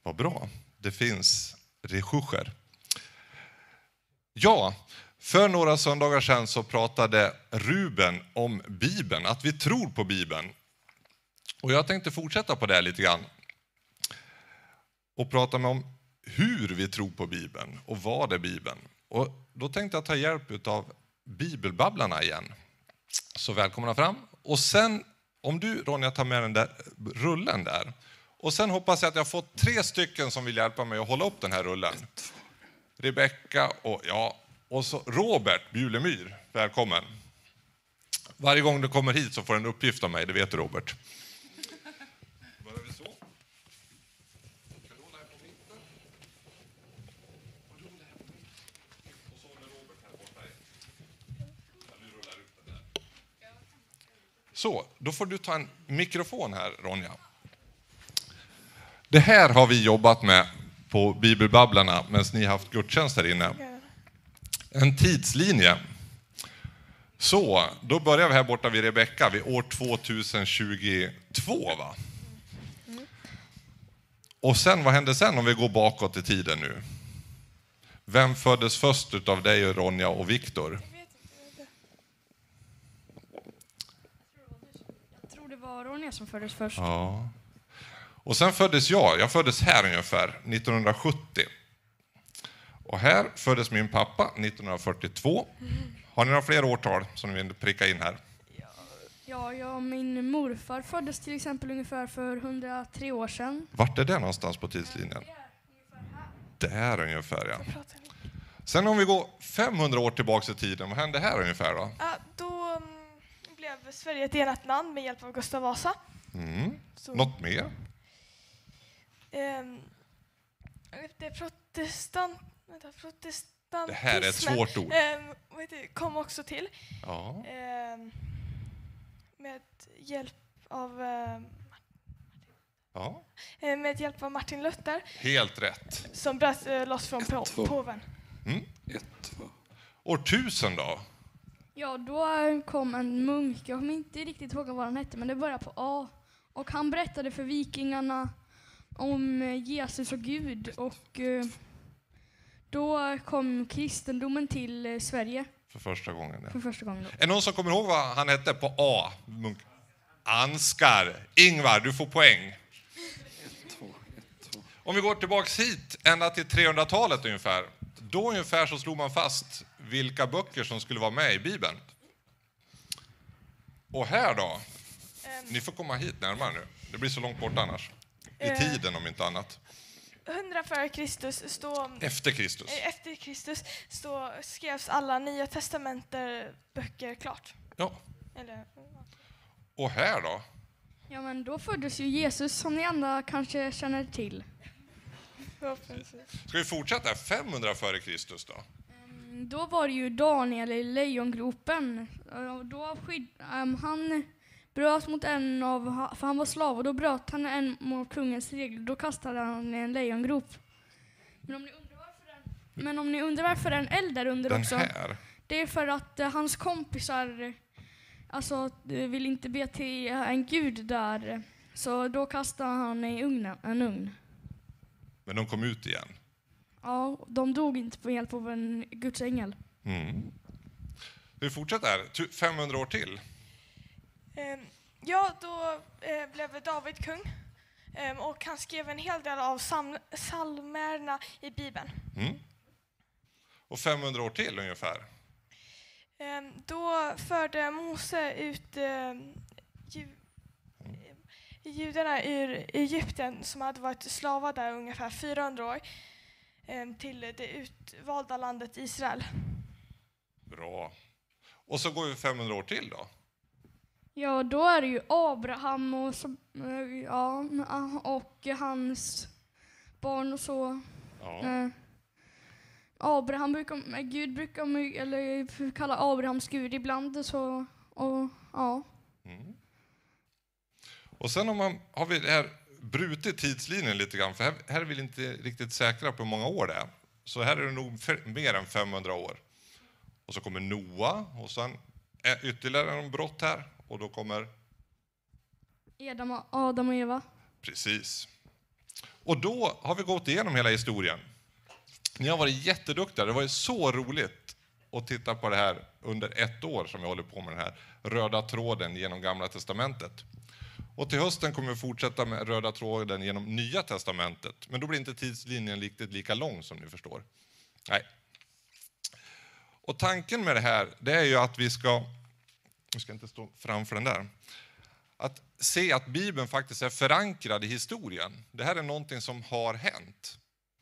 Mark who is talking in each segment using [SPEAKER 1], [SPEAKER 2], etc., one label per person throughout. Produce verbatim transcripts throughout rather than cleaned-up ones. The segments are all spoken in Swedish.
[SPEAKER 1] Vad bra. Det finns resurser. Ja, för några söndagar sedan så pratade Ruben om Bibeln. Att vi tror på Bibeln. Och jag tänkte fortsätta på det lite grann. Och prata med om hur vi tror på Bibeln. Och vad är Bibeln. Och då tänkte jag ta hjälp av Bibelbabblarna igen. Så välkomna fram. Och sen, om du Ronja tar med den där rullen där. Och sen hoppas jag att jag får tre stycken som vill hjälpa mig att hålla upp den här rullen. Rebecka och ja, och så Robert Bjulemyr. Välkommen. Varje gång du kommer hit så får du en uppgift av mig, det vet du Robert. Börjar vi så. Så, då får du ta en mikrofon här, Ronja. Det här har vi jobbat med på Bibelbabblarna medan ni har haft gudstjänst här inne. En tidslinje. Så, då börjar vi här borta vid Rebecka vid år tjugohundratjugotvå, va? Och sen, vad hände sen om vi går bakåt i tiden nu? Vem föddes först utav dig och Ronja och Viktor?
[SPEAKER 2] Jag tror det var Ronja som föddes först.
[SPEAKER 1] Ja. Och sen föddes jag. Jag föddes här ungefär nittonhundrasjuttio. Och här föddes min pappa nittonhundrafyrtiotvå. Har ni några fler årtal som ni vill pricka in här?
[SPEAKER 2] Ja, ja, min morfar föddes till exempel ungefär för hundratre år sedan.
[SPEAKER 1] Vart är det någonstans på tidslinjen? Där ungefär, ja. Sen om vi går femhundra år tillbaka i tiden, vad hände här ungefär då?
[SPEAKER 3] Ja, då um, blev Sverige ett enat land med hjälp av Gustav Vasa.
[SPEAKER 1] Mm. Något mer?
[SPEAKER 3] Um, det är protestant... Vänta, protestantismen.
[SPEAKER 1] Det här är ett svårt ord.
[SPEAKER 3] Um, vad heter det, kom också till.
[SPEAKER 1] Ja.
[SPEAKER 3] Um, med hjälp av... Um,
[SPEAKER 1] Ja.
[SPEAKER 3] med hjälp av Martin Luther.
[SPEAKER 1] Helt rätt.
[SPEAKER 3] Som bröt uh, loss från på, påven.
[SPEAKER 1] Mm. År tusen då?
[SPEAKER 2] Ja, då kom en munk. Jag kommer inte riktigt ihåg vad han hette, men det började på A. Och han berättade för vikingarna om Jesus och Gud. Och uh, då kom kristendomen till uh, Sverige.
[SPEAKER 1] För första gången. Ja.
[SPEAKER 2] För första gången då.
[SPEAKER 1] Är någon som kommer ihåg vad han hette på A? Munk. Anskar. Ingvar, du får poäng. Om vi går tillbaks hit, ända till trehundratalet ungefär. Då ungefär så slog man fast vilka böcker som skulle vara med i Bibeln. Och här då?
[SPEAKER 3] Um,
[SPEAKER 1] Ni får komma hit närmare nu. Det blir så långt bort annars. I
[SPEAKER 3] uh,
[SPEAKER 1] tiden om inte annat.
[SPEAKER 3] hundra före Kristus stå...
[SPEAKER 1] Efter Kristus.
[SPEAKER 3] Efter Kristus stå, skrevs alla nya testamenter böcker klart.
[SPEAKER 1] Ja.
[SPEAKER 3] Eller,
[SPEAKER 1] Och här då?
[SPEAKER 2] Ja, men då föddes ju Jesus som ni andra kanske känner till.
[SPEAKER 1] Ska vi fortsätta? femhundra före Kristus då?
[SPEAKER 2] Um, då var det ju Daniel i lejongropen. Uh, då skyd, um, han bröt mot en av, för han var slav, och då bröt han en av kungens regler. Då kastade han i en lejongrop. Men om ni undrar varför den, men om ni undrar varför den eld där under
[SPEAKER 1] Den
[SPEAKER 2] också.
[SPEAKER 1] här?
[SPEAKER 2] Det är för att uh, hans kompisar alltså vill inte be till en gud där. Så då kastade han i ugnen, en ugn.
[SPEAKER 1] Men de kom ut igen.
[SPEAKER 2] Ja, de dog inte på hjälp av en Guds ängel.
[SPEAKER 1] Mm. Vi fortsätter här. femhundra år till.
[SPEAKER 3] Um, ja, då uh, blev David kung. Um, och han skrev en hel del av sam- psalmerna i Bibeln.
[SPEAKER 1] Mm. Och femhundra år till ungefär.
[SPEAKER 3] Um, då förde Mose ut um, ju- judarna ur Egypten, som hade varit slavar där ungefär fyrahundra år, um, till det utvalda landet Israel.
[SPEAKER 1] Bra. Och så går vi femhundra år till då.
[SPEAKER 2] Ja, då är det ju Abraham och, så, ja, och hans barn och så.
[SPEAKER 1] Ja.
[SPEAKER 2] Eh, Abraham brukar, Gud brukar eller kalla Abrahams Gud ibland. Så, och, ja.
[SPEAKER 1] Mm. Och sen om man, har vi det här brutit tidslinjen lite grann. För här, här är vi inte riktigt säkra på hur många år det är. Så här är det nog mer än femhundra år. Och så kommer Noa och sen ytterligare en brott här. Och då kommer...
[SPEAKER 2] Adam, Adam och Eva.
[SPEAKER 1] Precis. Och då har vi gått igenom hela historien. Ni har varit jätteduktiga. Det var ju så roligt att titta på det här under ett år som vi håller på med den här röda tråden genom Gamla testamentet. Och till hösten kommer vi fortsätta med röda tråden genom Nya testamentet. Men då blir inte tidslinjen riktigt lika lång som ni förstår. Nej. Och tanken med det här, det är ju att vi ska, vi ska inte stå framför den där, att se att Bibeln faktiskt är förankrad i historien. Det här är någonting som har hänt.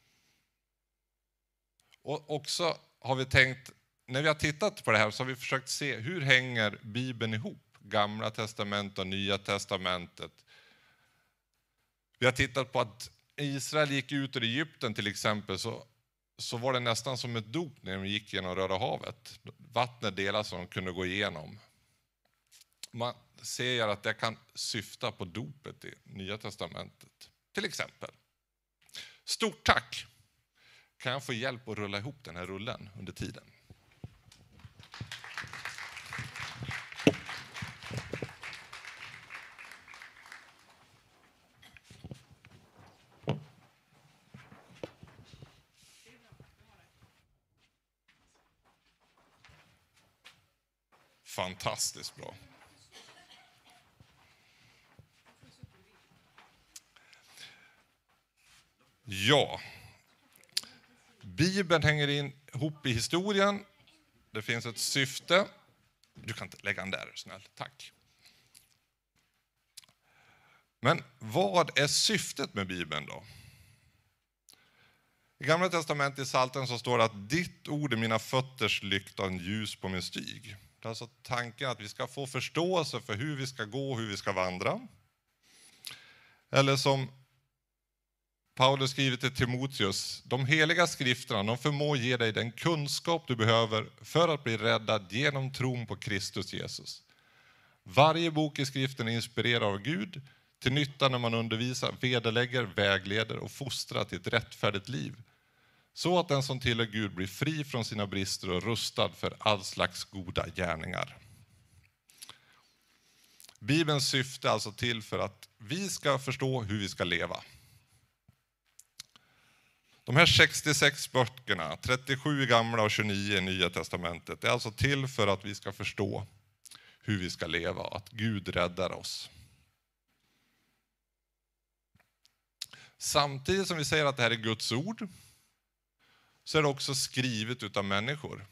[SPEAKER 1] Och också har vi tänkt, när vi har tittat på det här så har vi försökt se hur hänger Bibeln ihop. Gamla testamentet och Nya testamentet. Vi har tittat på att Israel gick ut ur Egypten till exempel, så, så var det nästan som ett dop när de gick genom Röda havet. Vattnet delades så de kunde gå igenom. Man ser att det kan syfta på dopet i Nya testamentet till exempel. Stort tack! Kan jag få hjälp att rulla ihop den här rullen under tiden? Fantastiskt bra. Ja. Bibeln hänger in ihop i historien. Det finns ett syfte. Du kan inte lägga den där, snäll. Tack. Men vad är syftet med Bibeln då? I Gamla testamentet i Psaltaren så står det att ditt ord är mina fötters lykta och en ljus på min stig. Det är alltså tanken att vi ska få förståelse för hur vi ska gå och hur vi ska vandra. Eller som Paulus skriver till Timoteus, de heliga skrifterna, de förmår ge dig den kunskap du behöver för att bli räddad genom tron på Kristus Jesus. Varje bok i skriften är inspirerad av Gud till nytta när man undervisar, vederlägger, vägleder och fostrar till ett rättfärdigt liv. Så att den som tillhör Gud blir fri från sina brister och rustad för all slags goda gärningar. Bibelns syfte är alltså till för att vi ska förstå hur vi ska leva. De här sextiosex böckerna, trettiosju i Gamla och tjugonio i Nya testamentet, är alltså till för att vi ska förstå hur vi ska leva, att Gud räddar oss. Samtidigt som vi säger att det här är Guds ord, så är det också skrivet utav människor.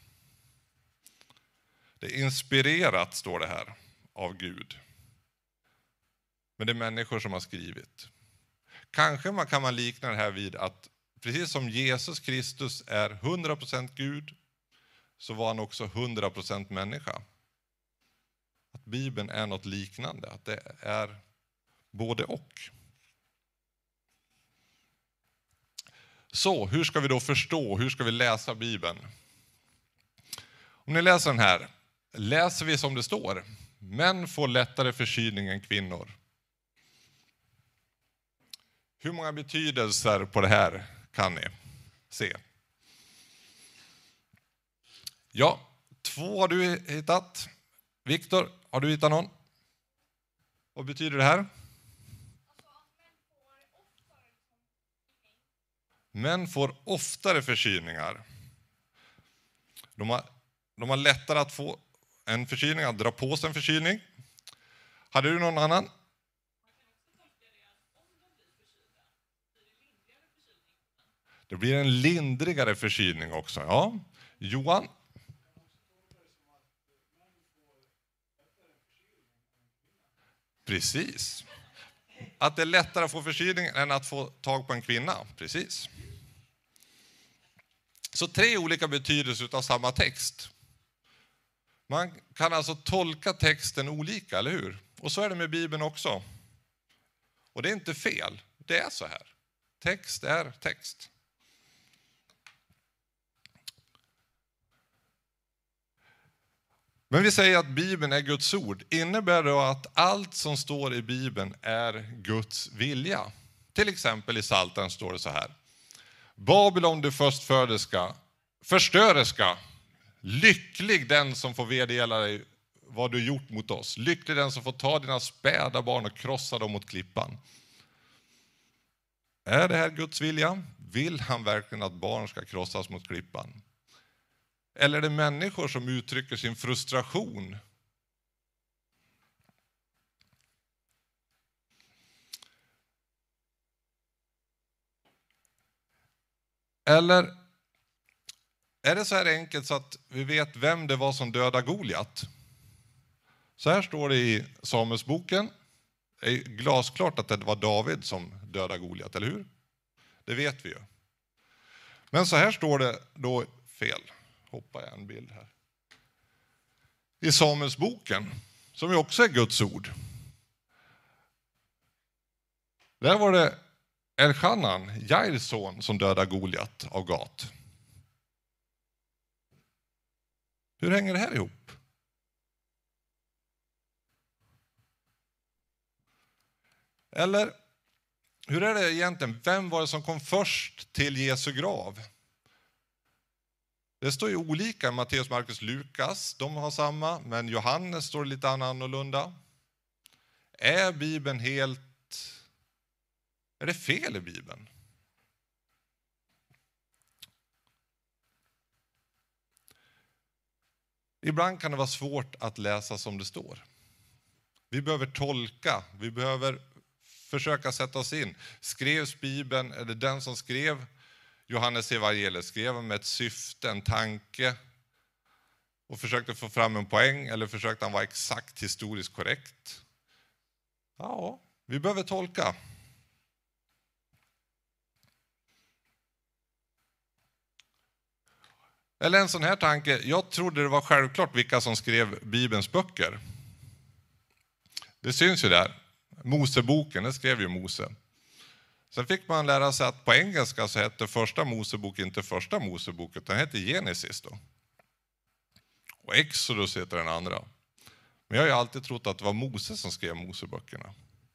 [SPEAKER 1] Det är inspirerat, står det här, av Gud. Men det är människor som har skrivit. Kanske man kan man likna det här vid att precis som Jesus Kristus är hundra procent Gud, så var han också hundra procent människa. Att Bibeln är något liknande, att det är både och. Så, hur ska vi då förstå, hur ska vi läsa Bibeln? Om ni läser den här, läser vi som det står. Män får lättare förkylning än kvinnor. Hur många betydelser på det här kan ni se? Ja, två har du hittat. Viktor, har du hittat någon? Vad betyder det här? Män får oftare förkylningar. De har, de har lättare att få en förkylning, att dra på sig en förkylning. Hade du någon annan? Det blir en lindrigare förkylning också. Ja. Johan? Precis. Att det är lättare att få förkylning än att få tag på en kvinna. Precis. Så tre olika betydelser av samma text. Man kan alltså tolka texten olika, eller hur? Och så är det med Bibeln också. Och det är inte fel. Det är så här. Text är text. Men vi säger att Bibeln är Guds ord. Innebär det att allt som står i Bibeln är Guds vilja? Till exempel i Psaltaren står det så här. Babylon du förstföderska, förstörerska, lycklig den som får vedergälla dig vad du gjort mot oss. Lycklig den som får ta dina späda barn och krossa dem mot klippan. Är det här Guds vilja? Vill han verkligen att barn ska krossas mot klippan? Eller är det människor som uttrycker sin frustration? Eller är det så här enkelt så att vi vet vem det var som dödade Goliat? Så här står det i Samuelsboken. Det är glasklart att det var David som dödade Goliat, eller hur? Det vet vi ju. Men så här står det då, fel, hoppar jag en bild här. I Samuelsboken, som ju också är Guds ord. Där var det Elchanan, Jairs son, som dödade Goliat av Gat. Hur hänger det här ihop? Eller hur är det egentligen? Vem var det som kom först till Jesu grav? Det står ju olika, Matteus, Markus, Lukas, de har samma, men Johannes står lite annorlunda. Är Bibeln helt... Är det fel i Bibeln? Ibland kan det vara svårt att läsa som det står. Vi behöver tolka, vi behöver försöka sätta oss in. Skrevs Bibeln, eller den som skrev Johannes evangeliet, skrev med ett syfte, en tanke och försökte få fram en poäng, eller försökte han vara exakt historiskt korrekt? Ja, vi behöver tolka. Eller en sån här tanke, jag trodde det var självklart vilka som skrev Bibelns böcker. Det syns ju där. Moseboken, det skrev ju Mose. Sen fick man lära sig att på engelska så hette första Mosebok inte första Mosebok, utan hette Genesis då. Och Exodus heter den andra. Men jag har ju alltid trott att det var Mose som skrev Moseböckerna.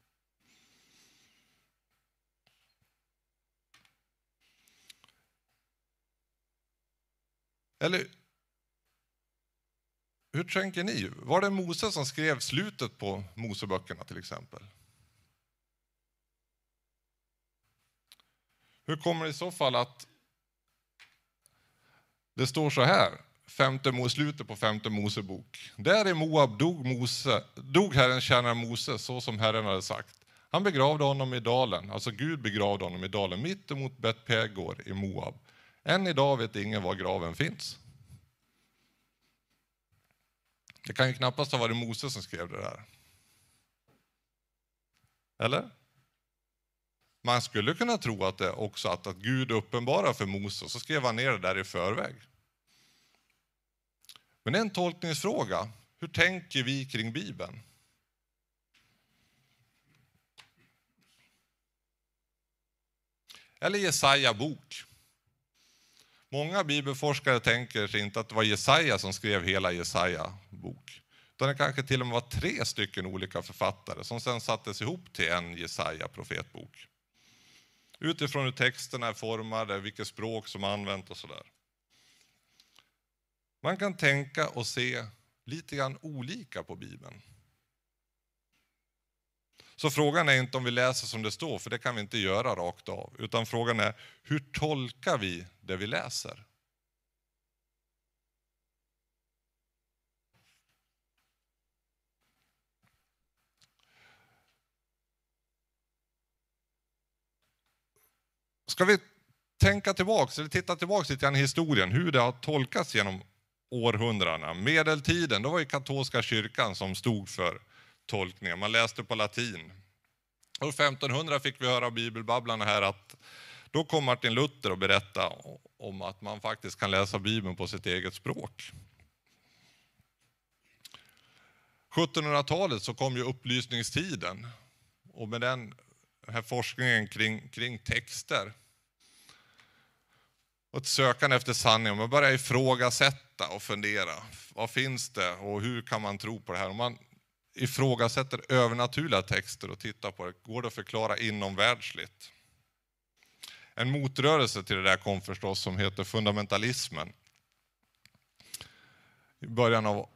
[SPEAKER 1] Eller hur tänker ni? Var det Mose som skrev slutet på Moseböckerna till exempel? Hur kommer det i så fall att det står så här, femte, slutet på femte Mosebok. Där i Moab dog, Mose, dog Herren tjänare Mose så som Herren hade sagt. Han begravde honom i dalen, alltså Gud begravde honom i dalen mitt emot Bet-Pegor i Moab. Än idag vet ingen var graven finns. Det kan ju knappast ha varit Mose som skrev det där. Eller? Man skulle kunna tro att det också att, att Gud uppenbarar för Mose, så skrev han ner det där i förväg. Men det är en tolkningsfråga. Hur tänker vi kring Bibeln? Eller Jesaja bok. Många bibelforskare tänker sig inte att det var Jesaja som skrev hela Jesaja bok. Utan det kanske till och med var tre stycken olika författare som sedan sattes ihop till en Jesaja profetbok. Utifrån hur texterna är formade, vilket språk som använt och sådär. Man kan tänka och se lite grann olika på Bibeln. Så frågan är inte om vi läser som det står, för det kan vi inte göra rakt av. Utan frågan är, hur tolkar vi det vi läser? Ska vi tänka tillbaka, eller titta tillbaka lite grann i historien, hur det har tolkats genom århundradena. Medeltiden, då var ju katolska kyrkan som stod för tolkningen. Man läste på latin. Och femtonhundra fick vi höra av bibelbabblarna här att då kom Martin Luther och berätta om att man faktiskt kan läsa Bibeln på sitt eget språk. sjuttonhundratalet så kom ju upplysningstiden, och med den här forskningen kring, kring texter och ett sökande efter sanning, man börjar ifrågasätta och fundera. Vad finns det och hur kan man tro på det här? Om man ifrågasätter övernaturliga texter och tittar på det, går det att förklara inomvärldsligt. En motrörelse till det där kom förstås som heter fundamentalismen. I början av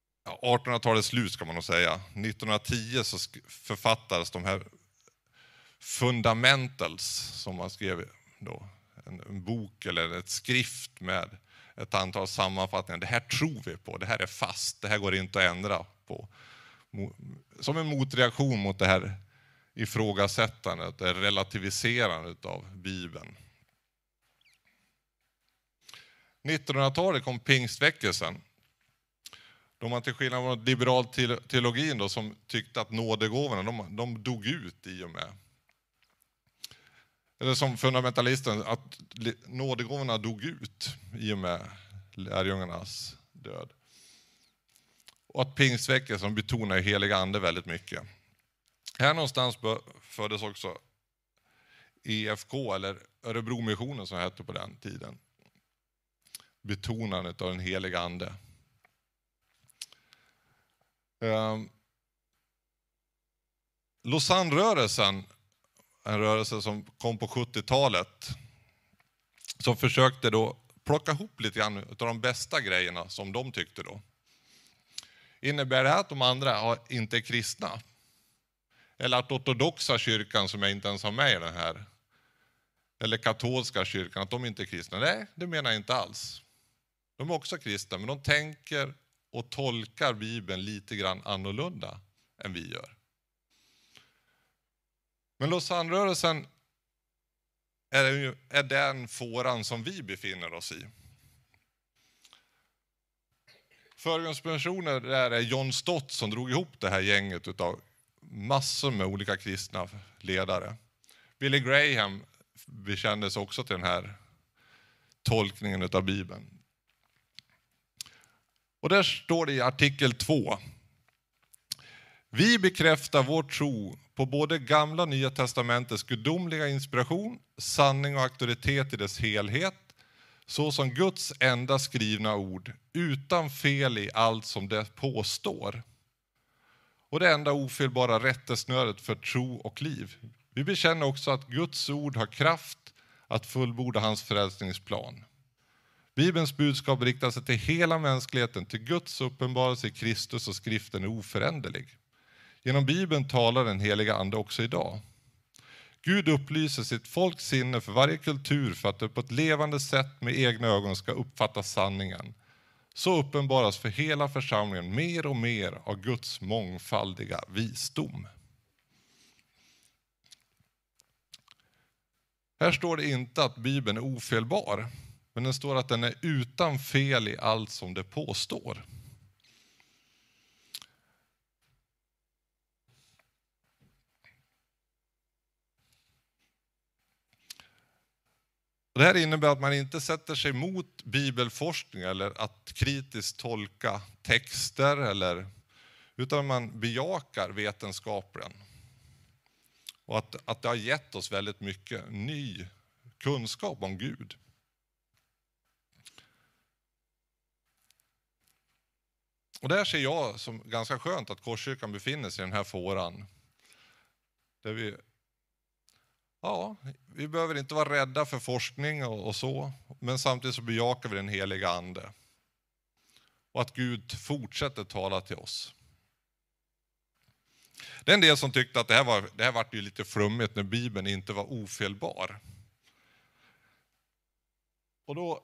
[SPEAKER 1] artonhundratalets slut ska man nog säga. nittonhundratio så författades de här fundamentals som man skrev då. En, en bok eller ett skrift med ett antal sammanfattningar. Det här tror vi på, det här är fast, det här går inte att ändra på. Som en motreaktion mot det här ifrågasättandet, det relativiserandet av Bibeln. nittonhundratalet kom pingstväckelsen. Då man till skillnad från liberal teologin då, som tyckte att nådegåvorna de, de dog ut i och med. Eller som fundamentalisten, att nådegåvorna dog ut i och med lärjungarnas död. Och att pingstväckelsen betonar ju heliga ande väldigt mycket. Här någonstans föddes också E F K, eller Örebromissionen som det hette på den tiden. Betonandet av den heliga ande. Um, Lausanne-rörelsen, en rörelse som kom på sjuttiotalet, som försökte då plocka ihop lite grann av de bästa grejerna som de tyckte då. Innebär det att de andra inte är kristna? Eller att ortodoxa kyrkan, som jag inte ens har med i den här, eller katolska kyrkan, att de inte är kristna? Nej, det menar jag inte alls. De är också kristna, men de tänker och tolkar Bibeln lite grann annorlunda än vi gör. Men Lausanne-rörelsen är, är den fåran som vi befinner oss i. Förgrundspersoner där är John Stott som drog ihop det här gänget av massor med olika kristna ledare. Billy Graham bekändes också till den här tolkningen av Bibeln. Och där står det i artikel två. Vi bekräftar vår tro på både gamla och nya testamentets gudomliga inspiration, sanning och auktoritet i dess helhet, så som Guds enda skrivna ord, utan fel i allt som det påstår. Och det enda ofelbara rättesnöret för tro och liv. Vi bekänner också att Guds ord har kraft att fullborda hans frälsningsplan. Bibelns budskap riktar sig till hela mänskligheten, till Guds uppenbarelse i Kristus, och skriften är oföränderlig. Genom Bibeln talar den heliga ande också idag. Gud upplyser sitt folks sinne för varje kultur för att det på ett levande sätt med egna ögon ska uppfatta sanningen. Så uppenbaras för hela församlingen mer och mer av Guds mångfaldiga visdom. Här står det inte att Bibeln är ofelbar, men den står att den är utan fel i allt som det påstår. Det här innebär att man inte sätter sig mot bibelforskning eller att kritiskt tolka texter, eller, utan man bejakar vetenskapen. Och att, att det har gett oss väldigt mycket ny kunskap om Gud. Och där ser jag som ganska skönt att Korskyrkan befinner sig i den här fåran. Där vi, ja, vi behöver inte vara rädda för forskning och, och så, men samtidigt så bejakar vi den heliga ande. Och att Gud fortsätter tala till oss. Det är en del som tyckte att det här var, det här var ju lite flummigt när Bibeln inte var ofelbar. Och då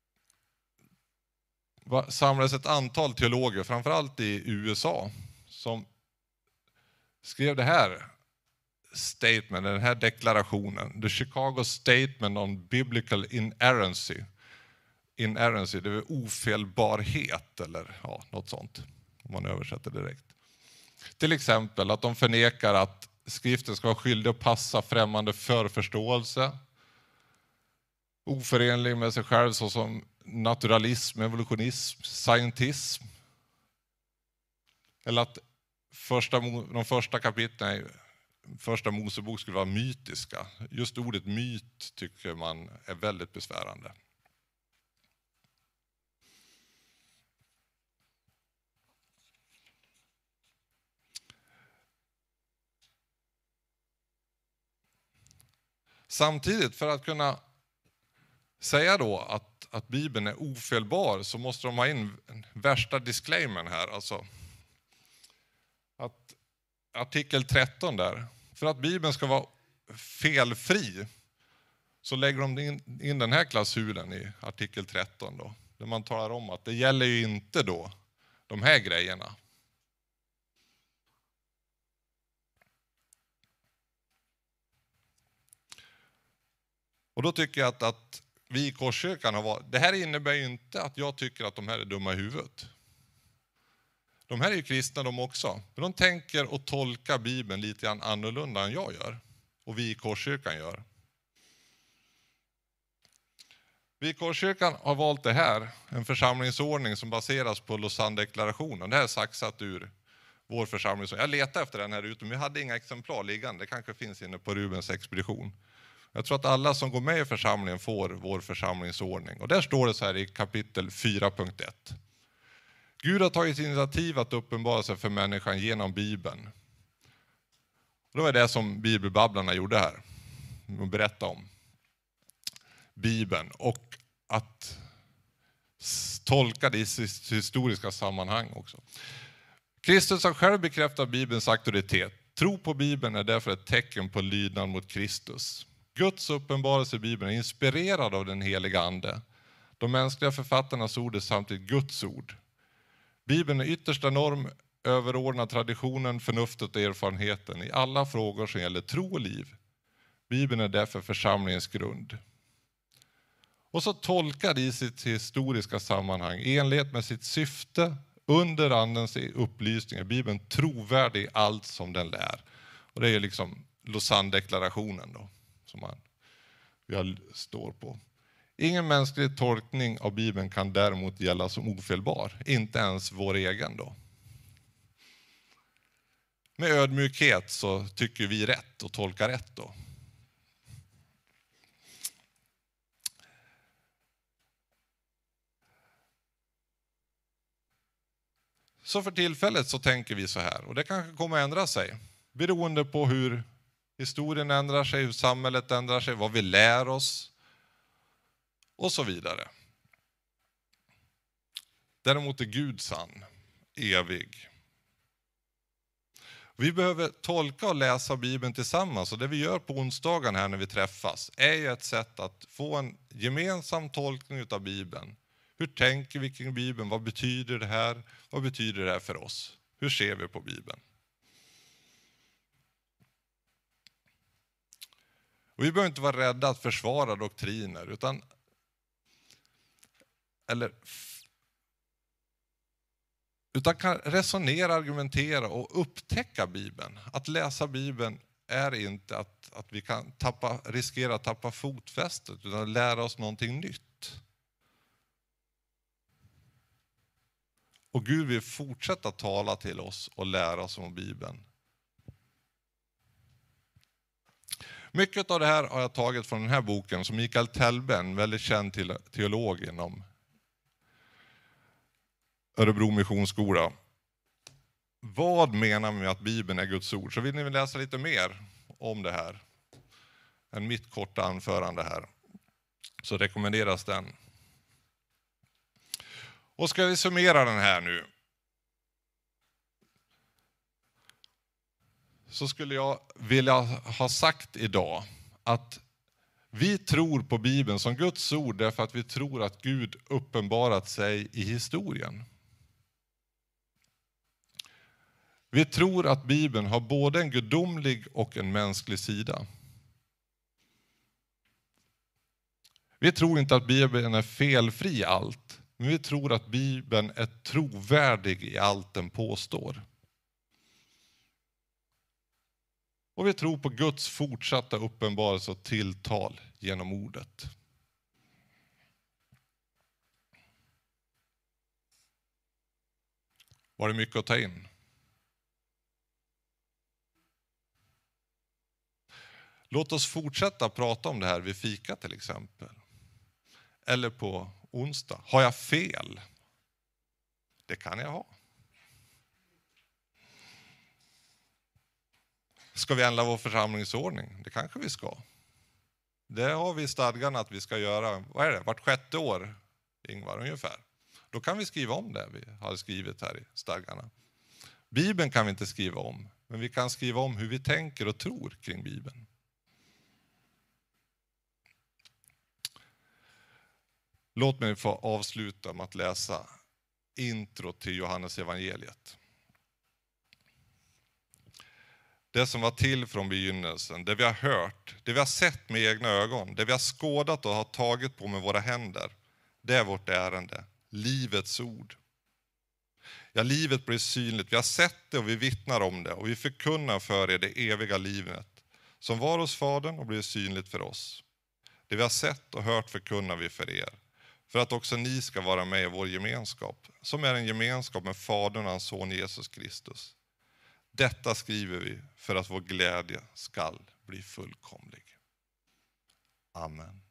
[SPEAKER 1] samlades ett antal teologer, framförallt i U S A, som skrev det här statement, den här deklarationen. The Chicago Statement on Biblical Inerrancy. Inerrancy, det är ofelbarhet eller ja, något sånt, om man översätter direkt. Till exempel att de förnekar att skriften ska vara skyldig att passa främmande förförståelse, oförenlig med sig själv såsom naturalism, evolutionism, scientism. Eller att första, de första kapitlen, första Mosebok skulle vara mytiska. Just ordet myt tycker man är väldigt besvärande. Samtidigt, för att kunna säga då att, att Bibeln är ofelbar, så måste de ha in värsta disclaimern här. Alltså att artikel tretton där. För att Bibeln ska vara felfri, så lägger de in, in den här klausulen i artikel tretton då, där man talar om att det gäller ju inte då de här grejerna. Och då tycker jag att, att vi i Korskyrkan har varit, det här innebär ju inte att jag tycker att de här är dumma i huvudet. De här är ju kristna de också, men de tänker och tolkar Bibeln lite grann annorlunda än jag gör. Och vi i Korskyrkan gör. Vi i Korskyrkan har valt det här, en församlingsordning som baseras på Lausanne-deklarationen. Det här är saxat ur vår församlingsordning. Jag letade efter den här ute, men vi hade inga exemplar liggande. Det kanske finns inne på Rubens expedition. Jag tror att alla som går med i församlingen får vår församlingsordning. Och där står det så här i kapitel fyra punkt ett. Gud har tagit initiativ att uppenbara sig för människan genom Bibeln. Och det var det som bibelbabblarna gjorde här. De berättade om Bibeln och att tolka det i sitt historiska sammanhang också. Kristus har själv bekräftat Bibelns auktoritet. Tro på Bibeln är därför ett tecken på lydnad mot Kristus. Guds uppenbarelse i Bibeln är inspirerad av den heliga ande. De mänskliga författarnas ord är samtidigt Guds ord. Bibeln är yttersta norm, överordnad traditionen, förnuftet och erfarenheten i alla frågor som gäller tro och liv. Bibeln är därför församlingens grund. Och så tolkar det i sitt historiska sammanhang i enlighet med sitt syfte under andens upplysning. Bibeln trovärdig i allt som den lär. Och det är liksom Lausanne-deklarationen då, som man vi står på. Ingen mänsklig tolkning av Bibeln kan däremot gälla som ofelbar. Inte ens vår egen då. Med ödmjukhet så tycker vi rätt och tolkar rätt då. Så för tillfället så tänker vi så här, och det kanske kommer att ändra sig. Beroende på hur historien ändrar sig, hur samhället ändrar sig, vad vi lär oss och så vidare. Däremot är Gud sann, evig. Vi behöver tolka och läsa Bibeln tillsammans, och det vi gör på onsdagen här när vi träffas är ju ett sätt att få en gemensam tolkning av Bibeln. Hur tänker vi kring Bibeln? Vad betyder det här? Vad betyder det här för oss? Hur ser vi på Bibeln? Och vi behöver inte vara rädda att försvara doktriner, utan eller utan kan resonera, argumentera och upptäcka Bibeln. Att läsa Bibeln är inte att, att vi kan tappa, riskera att tappa fotfästet, utan att lära oss någonting nytt. Och Gud vill fortsätta tala till oss och lära oss om Bibeln. Mycket av det här har jag tagit från den här boken som Mikael Telbe, en väldigt känd teolog inom Örebro missionsskola. Vad menar man med att Bibeln är Guds ord? Så vill ni läsa lite mer om det här än mitt korta anförande här, så rekommenderas den. Och ska vi summera den här nu, så skulle jag vilja ha sagt idag att vi tror på Bibeln som Guds ord därför att vi tror att Gud uppenbarat sig i historien. Vi tror att Bibeln har både en gudomlig och en mänsklig sida. Vi tror inte att Bibeln är felfri i allt, men vi tror att Bibeln är trovärdig i allt den påstår. Och vi tror på Guds fortsatta uppenbarelse och tilltal genom ordet. Var det mycket att ta in? Låt oss fortsätta prata om det här vid fika till exempel. Eller på onsdag. Har jag fel? Det kan jag ha. Ska vi ändra vår församlingsordning? Det kanske vi ska. Det har vi i stadgan att vi ska göra. Vad är det? Vart sjätte år, Ingvar, ungefär. Då kan vi skriva om det vi har skrivit här i stadgarna. Bibeln kan vi inte skriva om. Men vi kan skriva om hur vi tänker och tror kring Bibeln. Låt mig få avsluta med att läsa intro till Johannes evangeliet. Det som var till från begynnelsen, det vi har hört, det vi har sett med egna ögon, det vi har skådat och har tagit på med våra händer, det är vårt ärende, livets ord. Ja, livet blir synligt, vi har sett det och vi vittnar om det och vi förkunnar för er det eviga livet som var hos Fadern och blir synligt för oss. Det vi har sett och hört förkunnar vi för er, för att också ni ska vara med i vår gemenskap, som är en gemenskap med Fadern och hans son Jesus Kristus. Detta skriver vi för att vår glädje skall bli fullkomlig. Amen.